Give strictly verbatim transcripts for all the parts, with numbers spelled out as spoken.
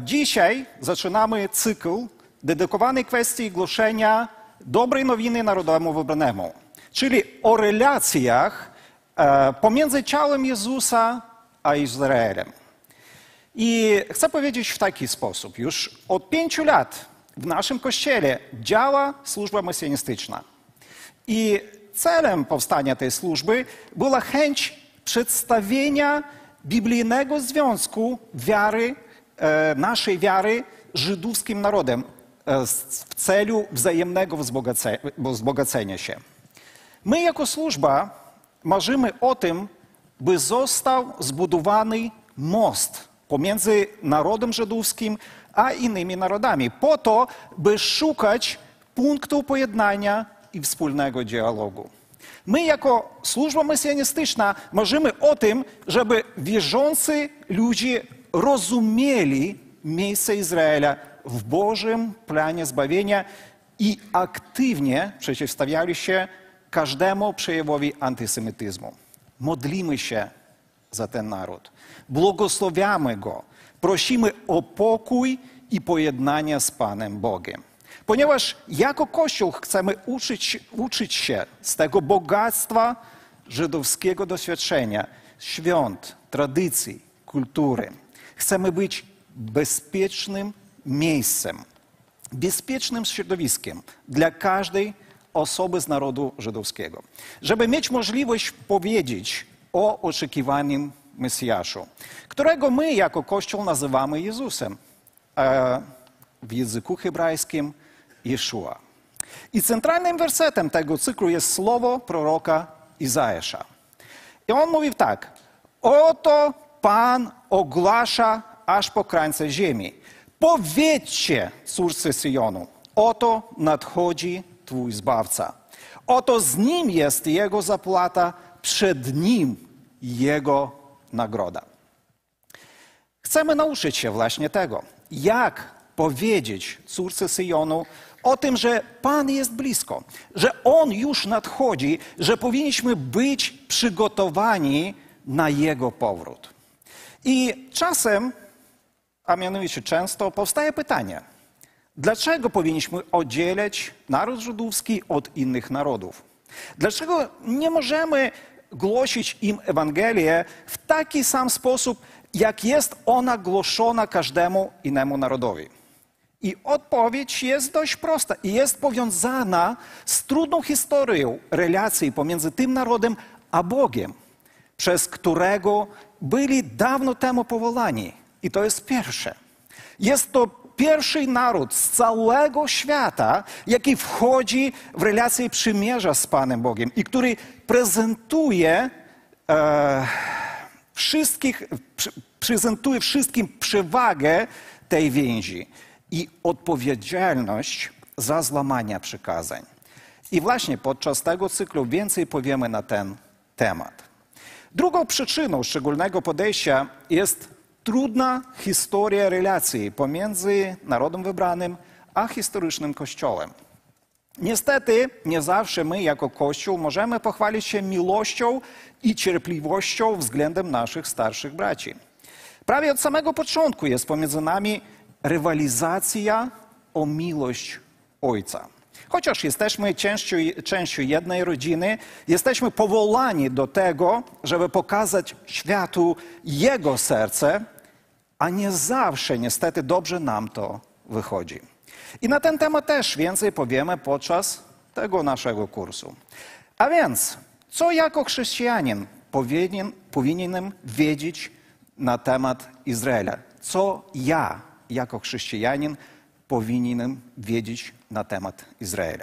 Dzisiaj zaczynamy cykl dedykowany kwestii głoszenia dobrej nowiny narodowemu wybranemu, czyli o relacjach pomiędzy ciałem Jezusa a Izraelem. I chcę powiedzieć w taki sposób. Już od pięciu lat w naszym Kościele działa służba mesjanistyczna. I celem powstania tej służby była chęć przedstawienia biblijnego związku wiary, naszej wiary z żydowskim narodem w celu wzajemnego wzbogacenia się. My jako służba marzymy o tym, by został zbudowany most pomiędzy narodem żydowskim a innymi narodami, po to, by szukać punktu pojednania i wspólnego dialogu. My jako służba mesjanistyczna marzymy o tym, żeby wierzący ludzie rozumieli miejsce Izraela w Bożym planie zbawienia i aktywnie przeciwstawiali się każdemu przejawowi antysemityzmu. Modlimy się za ten naród, błogosławiamy go, prosimy o pokój i pojednanie z Panem Bogiem. Ponieważ jako Kościół chcemy uczyć, uczyć się z tego bogactwa żydowskiego doświadczenia, świąt, tradycji, kultury. Chcemy być bezpiecznym miejscem, bezpiecznym środowiskiem dla każdej osoby z narodu żydowskiego. Żeby mieć możliwość powiedzieć o oczekiwanym Mesjaszu, którego my jako Kościół nazywamy Jezusem, a w języku hebrajskim Jeszua. I centralnym wersetem tego cyklu jest słowo proroka Izajasza. I on mówi tak: oto Pan ogłasza aż po krańce ziemi. Powiedzcie córce Syjonu, oto nadchodzi Twój Zbawca. Oto z Nim jest Jego zapłata, przed Nim Jego nagroda. Chcemy nauczyć się właśnie tego, jak powiedzieć córce Syjonu o tym, że Pan jest blisko, że On już nadchodzi, że powinniśmy być przygotowani na Jego powrót. I czasem, a mianowicie często, powstaje pytanie, dlaczego powinniśmy oddzielać naród żydowski od innych narodów? Dlaczego nie możemy głosić im Ewangelię w taki sam sposób, jak jest ona głoszona każdemu innemu narodowi? I odpowiedź jest dość prosta i jest powiązana z trudną historią relacji pomiędzy tym narodem a Bogiem, przez którego byli dawno temu powołani. I to jest pierwsze. Jest to pierwszy naród z całego świata, jaki wchodzi w relację przymierza z Panem Bogiem i który prezentuje, e, wszystkich, prezentuje wszystkim przewagę tej więzi i odpowiedzialność za złamanie przykazań. I właśnie podczas tego cyklu więcej powiemy na ten temat. Drugą przyczyną szczególnego podejścia jest trudna historia relacji pomiędzy narodem wybranym a historycznym Kościołem. Niestety, nie zawsze my jako Kościół możemy pochwalić się miłością i cierpliwością względem naszych starszych braci. Prawie od samego początku jest pomiędzy nami rywalizacja o miłość Ojca. Chociaż jesteśmy częścią, częścią jednej rodziny, jesteśmy powołani do tego, żeby pokazać światu Jego serce, a nie zawsze niestety dobrze nam to wychodzi. I na ten temat też więcej powiemy podczas tego naszego kursu. A więc, co jako chrześcijanin powinien, powinienem wiedzieć na temat Izraela? Co ja jako chrześcijanin powinienem wiedzieć na temat Izraela?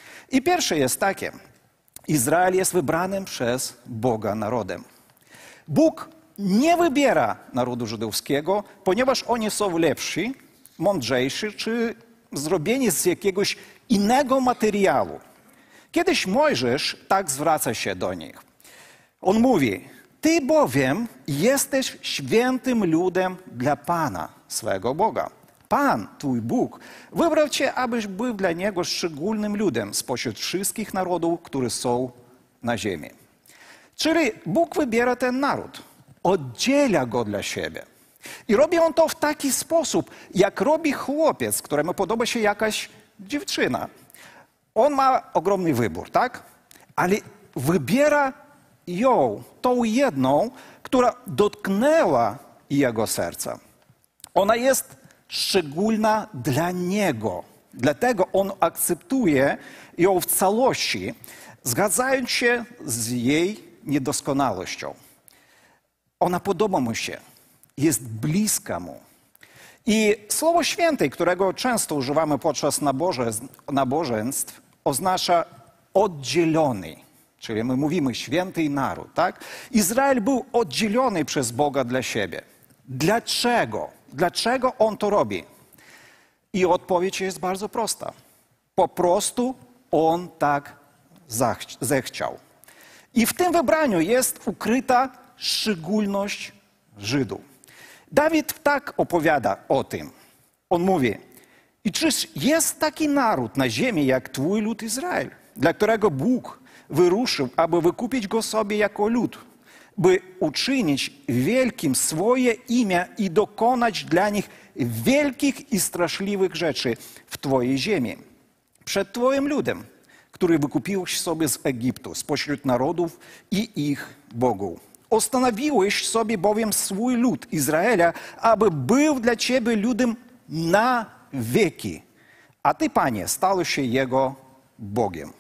I pierwsze jest takie: Izrael jest wybranym przez Boga narodem. Bóg nie wybiera narodu żydowskiego, ponieważ oni są lepsi, mądrzejsi, czy zrobieni z jakiegoś innego materiału. Kiedyś Mojżesz tak zwraca się do nich. On mówi: Ty bowiem jesteś świętym ludem dla Pana, swego Boga. Pan, Twój Bóg, wybrał Cię, abyś był dla Niego szczególnym ludem spośród wszystkich narodów, które są na ziemi. Czyli Bóg wybiera ten naród, oddziela go dla siebie. I robi on to w taki sposób, jak robi chłopiec, któremu podoba się jakaś dziewczyna. On ma ogromny wybór, tak? Ale wybiera ją, tą jedną, która dotknęła jego serca. Ona jest szczególna dla niego. Dlatego on akceptuje ją w całości, zgadzając się z jej niedoskonałością. Ona podoba mu się, jest bliska mu. I Słowo Święte, którego często używamy podczas nabożeństw, oznacza oddzielony. Czyli my mówimy święty naród, tak? Izrael był oddzielony przez Boga dla siebie. Dlaczego? Dlaczego on to robi? I odpowiedź jest bardzo prosta. Po prostu on tak zechciał. I w tym wybraniu jest ukryta szczególność Żydów. Dawid tak opowiada o tym. On mówi: i czyż jest taki naród na ziemi jak twój lud Izrael, dla którego Bóg wyruszył, aby wykupić go sobie jako lud, by uczynić wielkim swoje imię i dokonać dla nich wielkich i straszliwych rzeczy w twojej ziemi, przed twoim ludem, który wykupiłeś sobie z Egiptu, spośród narodów i ich bogów. Ustanowiłeś sobie bowiem swój lud Izraela, aby był dla ciebie ludem na wieki, a ty, Panie, stałeś się jego Bogiem.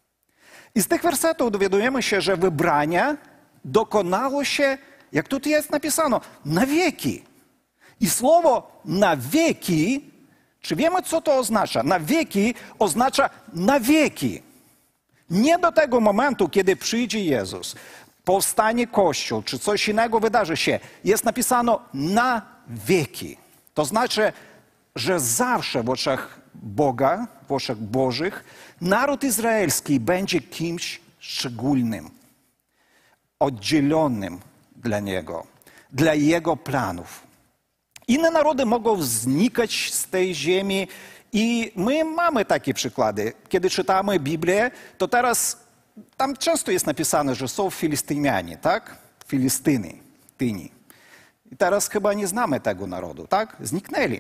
I z tych wersetów dowiadujemy się, że wybranie dokonało się, jak tutaj jest napisano, na wieki. I słowo na wieki, czy wiemy, co to oznacza? Na wieki oznacza na wieki. Nie do tego momentu, kiedy przyjdzie Jezus, powstanie Kościół, czy coś innego wydarzy się. Jest napisano na wieki. To znaczy, że zawsze w oczach Boga, w oczach Bożych, naród izraelski będzie kimś szczególnym, oddzielonym dla Niego, dla Jego planów. Inne narody mogą znikać z tej ziemi i my mamy takie przykłady. Kiedy czytamy Biblię, to teraz tam często jest napisane, że są Filistynianie, tak? Filistyny, Tyni. I teraz chyba nie znamy tego narodu, tak? Zniknęli.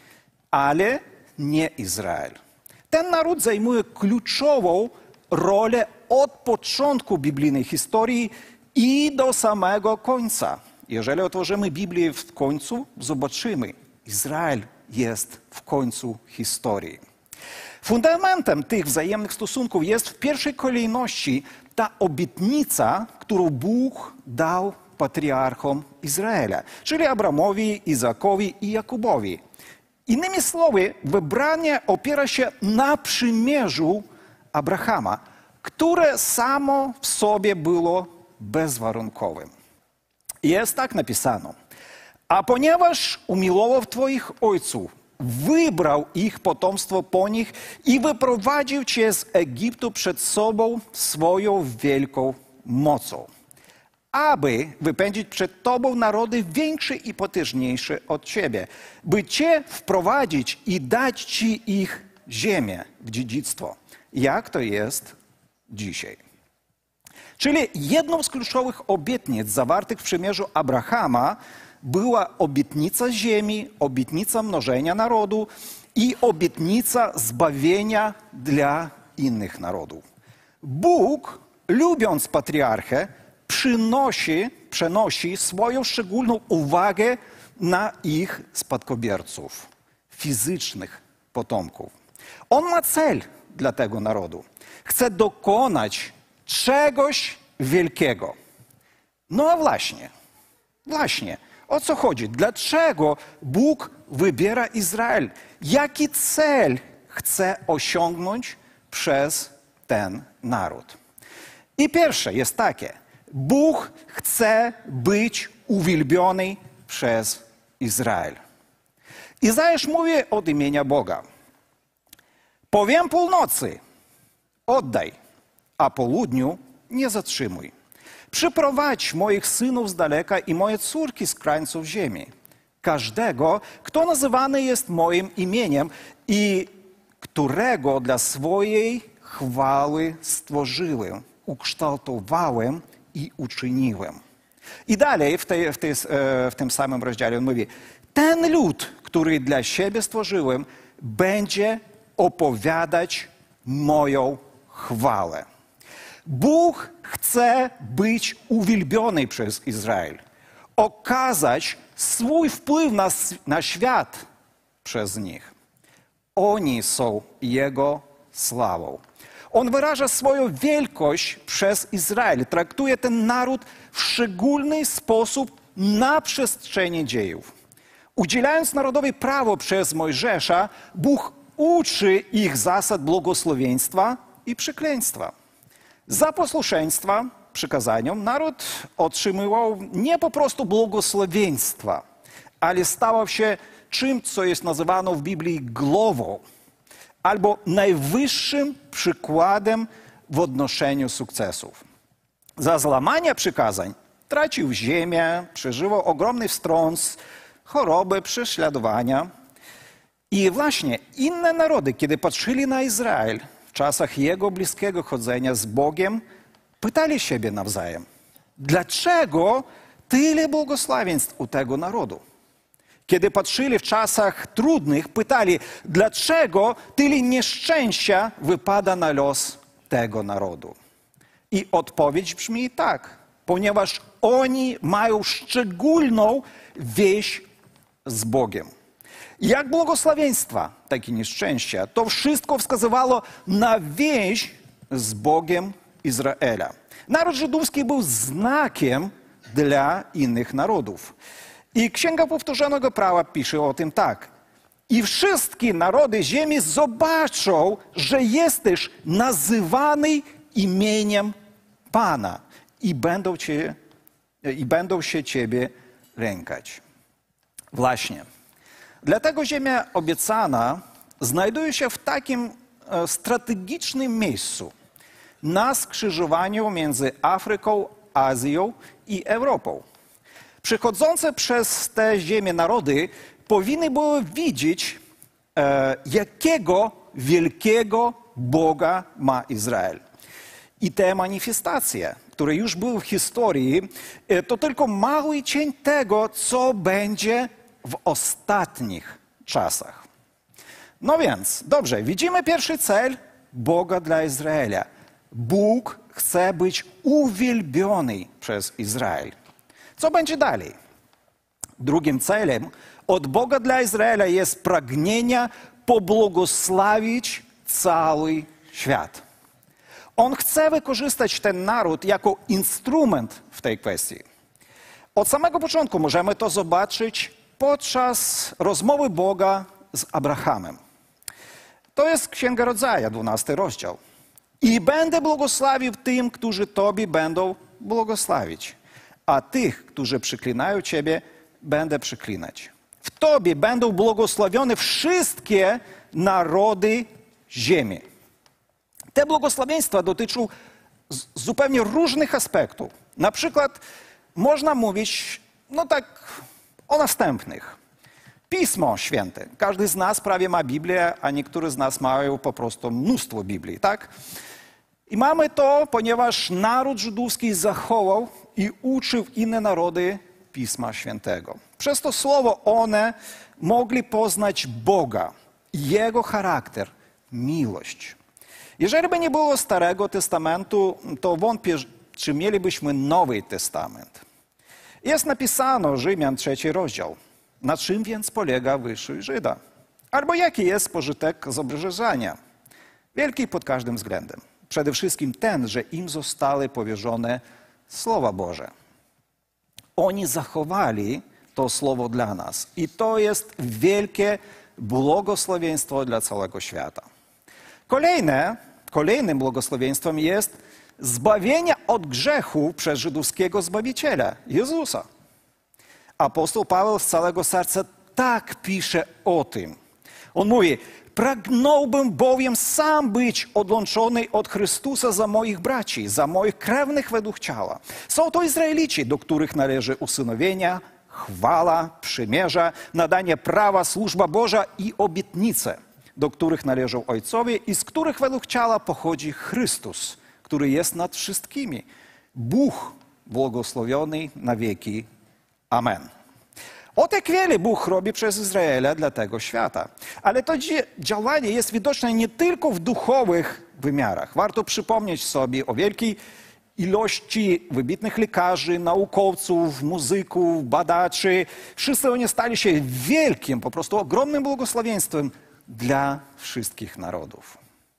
Ale nie Izrael. Ten naród zajmuje kluczową rolę od początku biblijnej historii i do samego końca. Jeżeli otworzymy Biblię w końcu, zobaczymy, Izrael jest w końcu historii. Fundamentem tych wzajemnych stosunków jest w pierwszej kolejności ta obietnica, którą Bóg dał patriarchom Izraela, czyli Abramowi, Izakowi i Jakubowi. Innymi słowy, wybranie opiera się na przymierzu Abrahama, które samo w sobie było bezwarunkowym. Jest tak napisano: a ponieważ umiłował twoich ojców, wybrał ich potomstwo po nich i wyprowadził cię z Egiptu przed sobą swoją wielką mocą, aby wypędzić przed tobą narody większe i potężniejsze od ciebie, by cię wprowadzić i dać ci ich ziemię w dziedzictwo, jak to jest dzisiaj. Czyli jedną z kluczowych obietnic zawartych w przymierzu Abrahama była obietnica ziemi, obietnica mnożenia narodu i obietnica zbawienia dla innych narodów. Bóg, lubiąc patriarchę, przynosi, przenosi swoją szczególną uwagę na ich spadkobierców, fizycznych potomków. On ma cel dla tego narodu. Chce dokonać czegoś wielkiego. No a właśnie, właśnie, o co chodzi? Dlaczego Bóg wybiera Izrael? Jaki cel chce osiągnąć przez ten naród? I pierwsze jest takie: Bóg chce być uwielbiony przez Izrael. Izajasz mówi od imienia Boga: powiem północy, oddaj, a południu nie zatrzymuj. Przyprowadź moich synów z daleka i moje córki z krańców ziemi. Każdego, kto nazywany jest moim imieniem i którego dla swojej chwały stworzyłem, ukształtowałem i uczyniłem. I dalej w, tej, w, tej, w tym samym rozdziale on mówi, ten lud, który dla siebie stworzyłem, będzie opowiadać moją chwałę. Bóg chce być uwielbiony przez Izrael, okazać swój wpływ na, na świat przez nich. Oni są Jego sławą. On wyraża swoją wielkość przez Izrael. Traktuje ten naród w szczególny sposób na przestrzeni dziejów. Udzielając narodowi prawo przez Mojżesza, Bóg uczy ich zasad błogosławieństwa i przekleństwa. Za posłuszeństwa przykazaniom naród otrzymywał nie po prostu błogosławieństwa, ale stawał się czym, co jest nazywane w Biblii głową, albo najwyższym przykładem w odnoszeniu sukcesów. Za złamanie przykazań tracił ziemię, przeżywał ogromny wstrząs, choroby, prześladowania. I właśnie inne narody, kiedy patrzyli na Izrael w czasach jego bliskiego chodzenia z Bogiem, pytali siebie nawzajem, dlaczego tyle błogosławieństw u tego narodu? Kiedy patrzyli w czasach trudnych, pytali, dlaczego tyle nieszczęścia wypada na los tego narodu? I odpowiedź brzmi tak, ponieważ oni mają szczególną więź z Bogiem. Jak błogosławieństwa, tak i nieszczęścia, to wszystko wskazywało na więź z Bogiem Izraela. Naród żydowski był znakiem dla innych narodów. I Księga Powtórzonego Prawa pisze o tym tak. I wszystkie narody ziemi zobaczą, że jesteś nazywany imieniem Pana i będą, cię, i będą się Ciebie lękać. Właśnie. Dlatego ziemia obiecana znajduje się w takim strategicznym miejscu na skrzyżowaniu między Afryką, Azją i Europą. Przechodzące przez te ziemię narody powinny były widzieć, e, jakiego wielkiego Boga ma Izrael. I te manifestacje, które już były w historii, e, to tylko mały cień tego, co będzie w ostatnich czasach. No więc, dobrze, widzimy pierwszy cel Boga dla Izraela. Bóg chce być uwielbiony przez Izrael. Co będzie dalej? Drugim celem od Boga dla Izraela jest pragnienie pobłogosławić cały świat. On chce wykorzystać ten naród jako instrument w tej kwestii. Od samego początku możemy to zobaczyć podczas rozmowy Boga z Abrahamem. To jest Księga Rodzaju, dwunasty rozdział. I będę błogosławił tym, którzy Tobie będą błogosławić, a tych, którzy przyklinają Ciebie, będę przyklinać. W Tobie będą błogosławione wszystkie narody ziemi. Te błogosławieństwa dotyczą zupełnie różnych aspektów. Na przykład można mówić, no tak, o następnych. Pismo Święte. Każdy z nas prawie ma Biblię, a niektórzy z nas mają po prostu mnóstwo Biblii, tak? I mamy to, ponieważ naród żydowski zachował i uczył inne narody Pisma Świętego. Przez to słowo one mogli poznać Boga, Jego charakter, miłość. Jeżeli by nie było Starego Testamentu, to wątpię, czy mielibyśmy Nowy Testament. Jest napisano, Rzymian, trzeci rozdział. Na czym więc polega wyczój Żyda? Albo jaki jest pożytek z obrzeżania? Wielki pod każdym względem. Przede wszystkim ten, że im zostały powierzone Słowa Boże. Oni zachowali to Słowo dla nas. I to jest wielkie błogosławieństwo dla całego świata. Kolejne, kolejnym błogosławieństwem jest zbawienie od grzechu przez żydowskiego Zbawiciela, Jezusa. Apostoł Paweł z całego serca tak pisze o tym. On mówi, pragnąłbym bowiem sam być odłączony od Chrystusa za moich braci, za moich krewnych według ciała. Są to Izraelici, do których należy usynowienia, chwała, przymierza, nadanie prawa, służba Boża i obietnice, do których należą ojcowie i z których według ciała pochodzi Chrystus, który jest nad wszystkimi. Bóg błogosławiony na wieki. Amen. O tak wiele Bóg robi przez Izraela dla tego świata. Ale to działanie jest widoczne nie tylko w duchowych wymiarach. Warto przypomnieć sobie o wielkiej ilości wybitnych lekarzy, naukowców, muzyków, badaczy. Wszyscy oni stali się wielkim, po prostu ogromnym błogosławieństwem dla wszystkich narodów.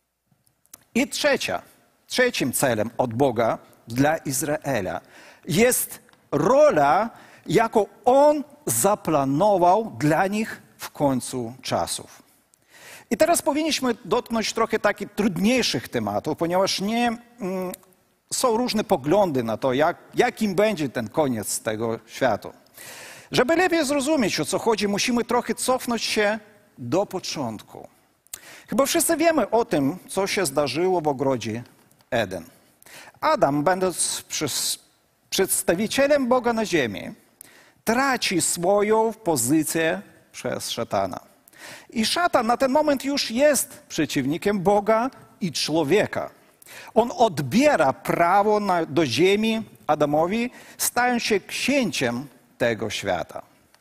I trzecia, trzecim celem od Boga dla Izraela jest rola, jaką On zaplanował dla nich w końcu czasów. I teraz powinniśmy dotknąć trochę takich trudniejszych tematów, ponieważ nie, mm, są różne poglądy na to, jak, jakim będzie ten koniec tego świata. Żeby lepiej zrozumieć, o co chodzi, musimy trochę cofnąć się do początku. Chyba wszyscy wiemy o tym, co się zdarzyło w ogrodzie Eden. Adam, będąc przez, przedstawicielem Boga na ziemi, traci swoją pozycję przez szatana. I szatan na ten moment już jest przeciwnikiem Boga i człowieka. On odbiera prawo na, do ziemi Adamowi, stając się księciem tego świata.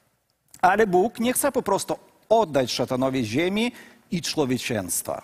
Ale Bóg nie chce po prostu oddać szatanowi ziemi i człowieczeństwa.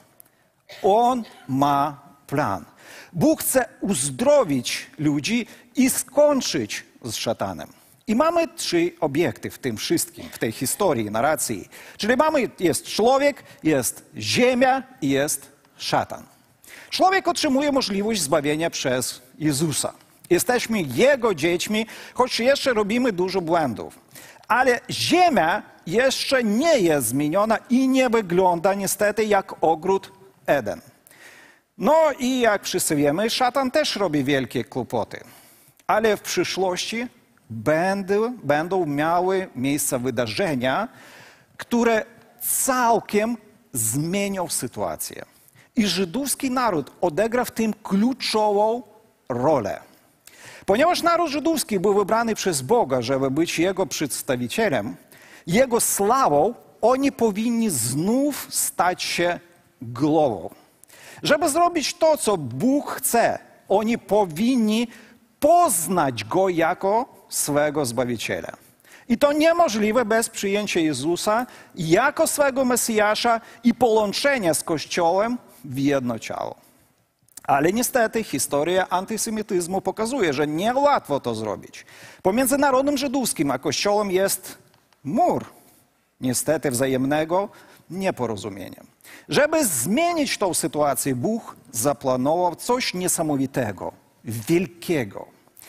On ma plan. Bóg chce uzdrowić ludzi i skończyć z szatanem. I mamy trzy obiekty w tym wszystkim, w tej historii, narracji. Czyli mamy, jest człowiek, jest ziemia i jest szatan. Człowiek otrzymuje możliwość zbawienia przez Jezusa. Jesteśmy Jego dziećmi, choć jeszcze robimy dużo błędów. Ale ziemia jeszcze nie jest zmieniona i nie wygląda niestety jak ogród Eden. No i jak wszyscy wiemy, szatan też robi wielkie kłopoty. Ale w przyszłości będą, będą miały miejsce wydarzenia, które całkiem zmienią sytuację. I żydowski naród odegra w tym kluczową rolę. Ponieważ naród żydowski był wybrany przez Boga, żeby być Jego przedstawicielem, Jego sławą oni powinni znów stać się głową. Żeby zrobić to, co Bóg chce, oni powinni poznać Go jako swego Zbawiciela. I to niemożliwe bez przyjęcia Jezusa jako swego Mesjasza i połączenia z Kościołem w jedno ciało. Ale niestety historia antysemityzmu pokazuje, że niełatwo to zrobić. Pomiędzy narodem żydowskim a Kościołem jest mur, niestety wzajemnego nieporozumienia. Żeby zmienić tą sytuację, Bóg zaplanował coś niesamowitego, wielkiego.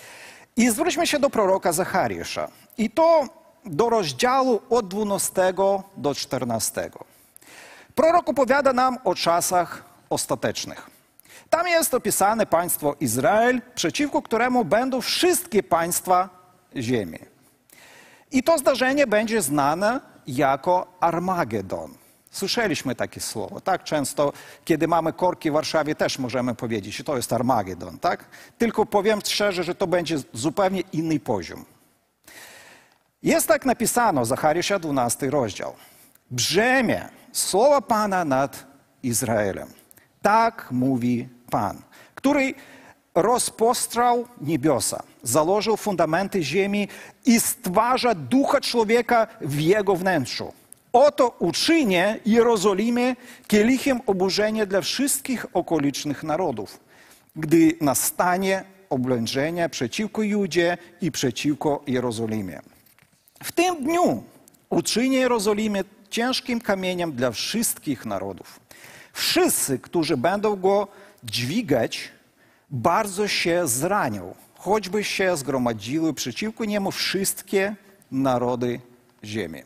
I zwróćmy się do proroka Zachariasza. I to do rozdziału od dwunastego do czternastego. Prorok opowiada nam o czasach ostatecznych. Tam jest opisane państwo Izrael, przeciwko któremu będą wszystkie państwa ziemi. I to zdarzenie będzie znane jako Armagedon. Słyszeliśmy takie słowo, tak? Często, kiedy mamy korki w Warszawie, też możemy powiedzieć, że to jest Armagedon, tak? Tylko powiem szczerze, że to będzie zupełnie inny poziom. Jest tak napisano, Zachariasza dwunasty rozdział. Brzemię słowa Pana nad Izraelem. Tak mówi Pan, który rozpostrał niebiosa, założył fundamenty ziemi i stwarza ducha człowieka w jego wnętrzu. Oto uczynię Jerozolimę kielichem oburzenia dla wszystkich okolicznych narodów, gdy nastanie oblężenie przeciwko Judzie i przeciwko Jerozolimie. W tym dniu uczynię Jerozolimę ciężkim kamieniem dla wszystkich narodów. Wszyscy, którzy będą go dźwigać, bardzo się zranią, choćby się zgromadziły przeciwko niemu wszystkie narody ziemi.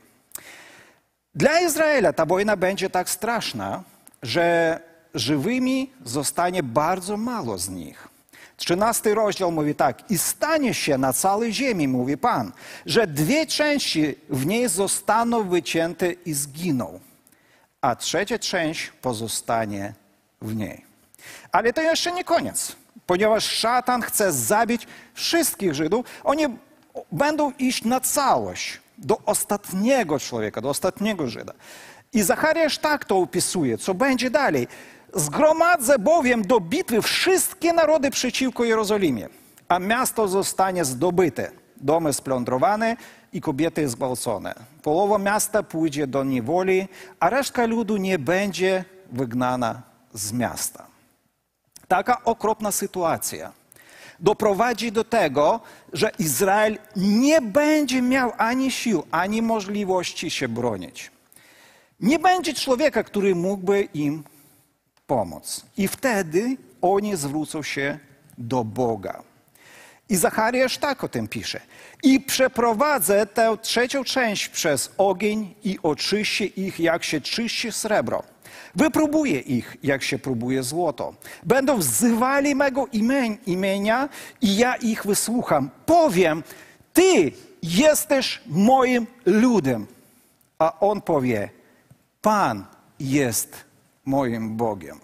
Dla Izraela ta wojna będzie tak straszna, że żywymi zostanie bardzo mało z nich. trzynasty rozdział mówi tak. I stanie się na całej ziemi, mówi Pan, że dwie części w niej zostaną wycięte i zginą, a trzecia część pozostanie w niej. Ale to jeszcze nie koniec, ponieważ szatan chce zabić wszystkich Żydów. Oni będą iść na całość, do ostatniego człowieka, do ostatniego Żyda. I Zachariasz tak to opisuje, co będzie dalej. Zgromadzę bowiem do bitwy wszystkie narody przeciwko Jerozolimie. a miasto zostanie zdobyte, domy splądrowane i kobiety zgwałcone. Połowa miasta pójdzie do niewoli, a resztka ludu nie będzie wygnana z miasta. Taka okropna sytuacja doprowadzi do tego, że Izrael nie będzie miał ani sił, ani możliwości się bronić. Nie będzie człowieka, który mógłby im pomóc. I wtedy oni zwrócą się do Boga. I Zachariasz tak o tym pisze. I przeprowadzę tę trzecią część przez ogień i oczyścię ich, jak się czyści srebro. Wypróbuję ich, jak się próbuje złoto. Będą wzywali mego imienia i ja ich wysłucham. Powiem, Ty jesteś moim ludem. A on powie, Pan jest moim Bogiem.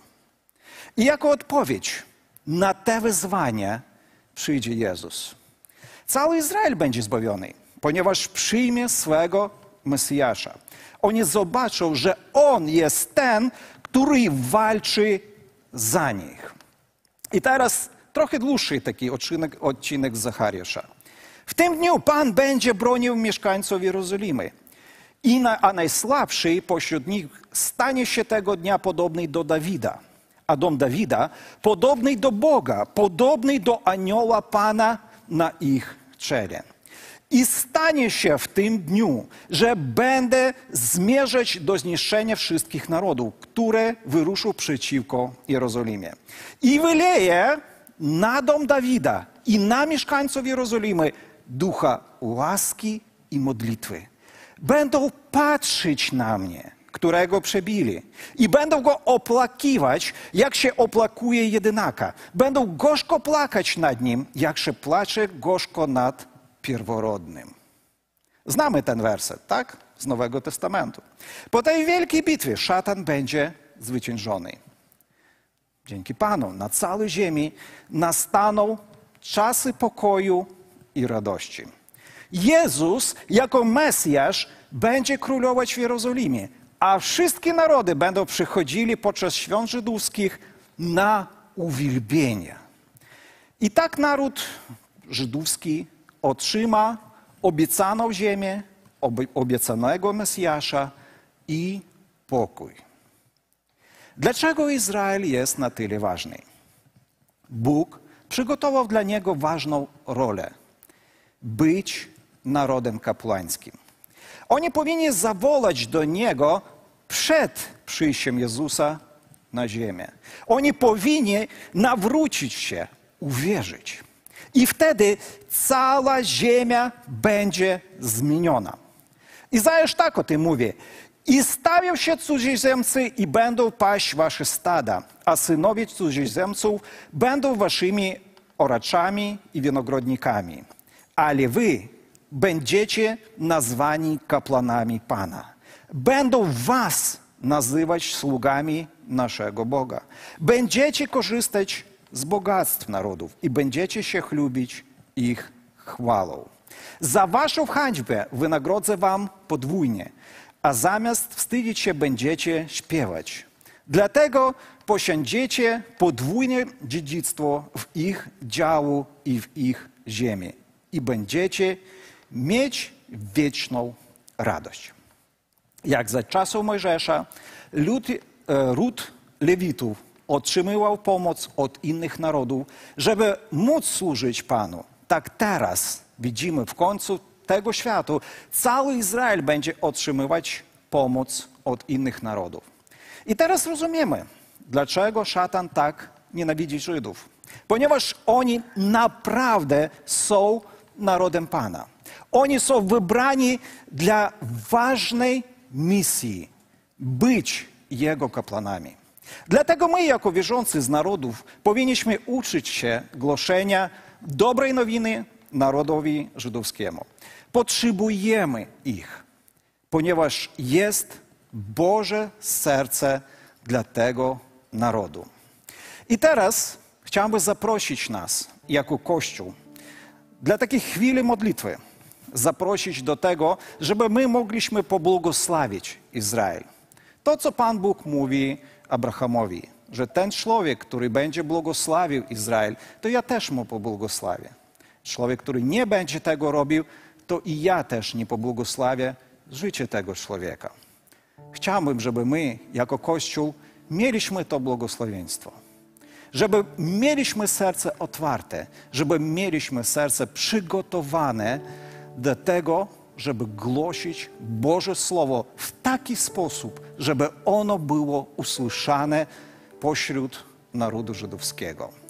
I jako odpowiedź na te wyzwania przyjdzie Jezus. Cały Izrael będzie zbawiony, ponieważ przyjmie swego Mesjasza. Oni zobaczą, że On jest ten, który walczy za nich. I teraz trochę dłuższy taki odcinek, odcinek Zachariasza. W tym dniu Pan będzie bronił mieszkańców Jerozolimy. I na, a najsłabszy pośród nich stanie się tego dnia podobny do Dawida. A dom Dawida podobny do Boga, podobny do anioła Pana na ich czele. I stanie się w tym dniu, że będę zmierzać do zniszczenia wszystkich narodów, które wyruszą przeciwko Jerozolimie. I wyleję na dom Dawida i na mieszkańców Jerozolimy ducha łaski i modlitwy. Będą patrzeć na mnie, którego przebili, i będą go opłakiwać, jak się oplakuje jedynaka. Będą gorzko płakać nad nim, jak się płacze gorzko nad pierworodnym. Znamy ten werset, tak? Z Nowego Testamentu. Po tej wielkiej bitwie szatan będzie zwyciężony. Dzięki Panu na całej ziemi nastaną czasy pokoju i radości. Jezus jako Mesjasz będzie królować w Jerozolimie, a wszystkie narody będą przychodzili podczas świąt żydowskich na uwielbienie. I tak naród żydowski otrzyma obiecaną ziemię, obiecanego Mesjasza i pokój. Dlaczego Izrael jest na tyle ważny? Bóg przygotował dla niego ważną rolę – być narodem kapłańskim. Oni powinni zawołać do Niego przed przyjściem Jezusa na ziemię. Oni powinni nawrócić się, uwierzyć. I wtedy cała ziemia będzie zmieniona. Izajasz tak o tym mówi. I stawią się cudzoziemcy i będą paść wasze stada, a synowie cudzoziemców będą waszymi oraczami i winogrodnikami. Ale wy będziecie nazwani kapłanami Pana. Będą was nazywać sługami naszego Boga. Będziecie korzystać z bogactw narodów i będziecie się chlubić ich chwałą. Za waszą hańbę wynagrodzę wam podwójnie, a zamiast wstydzić się będziecie śpiewać. Dlatego posiądziecie podwójne dziedzictwo w ich działu i w ich ziemi i będziecie mieć wieczną radość. Jak za czasów Mojżesza lud, ród Lewitów otrzymywał pomoc od innych narodów, żeby móc służyć Panu, tak teraz widzimy w końcu tego świata, cały Izrael będzie otrzymywać pomoc od innych narodów. I teraz rozumiemy, dlaczego szatan tak nienawidzi Żydów. Ponieważ oni naprawdę są narodem Pana. Oni są wybrani dla ważnej misji – być Jego kapłanami. Dlatego my, jako wierzący z narodów, powinniśmy uczyć się głoszenia dobrej nowiny narodowi żydowskiemu. Potrzebujemy ich, ponieważ jest Boże serce dla tego narodu. I teraz chciałbym zaprosić nas, jako Kościół, dla takiej chwili modlitwy, zaprosić do tego, żeby my mogliśmy pobłogosławić Izrael. To, co Pan Bóg mówi Abrahamowi. że ten człowiek, który będzie błogosławił Izrael, to ja też mu pobłogosławię. Człowiek, który nie będzie tego robił, to i ja też nie pobłogosławię życie tego człowieka. Chciałbym, żeby my, jako Kościół, mieliśmy to błogosławieństwo. Żeby mieliśmy serce otwarte, żeby mieliśmy serce przygotowane do tego, żeby głosić Boże Słowo w taki sposób, żeby ono było usłyszane pośród narodu żydowskiego.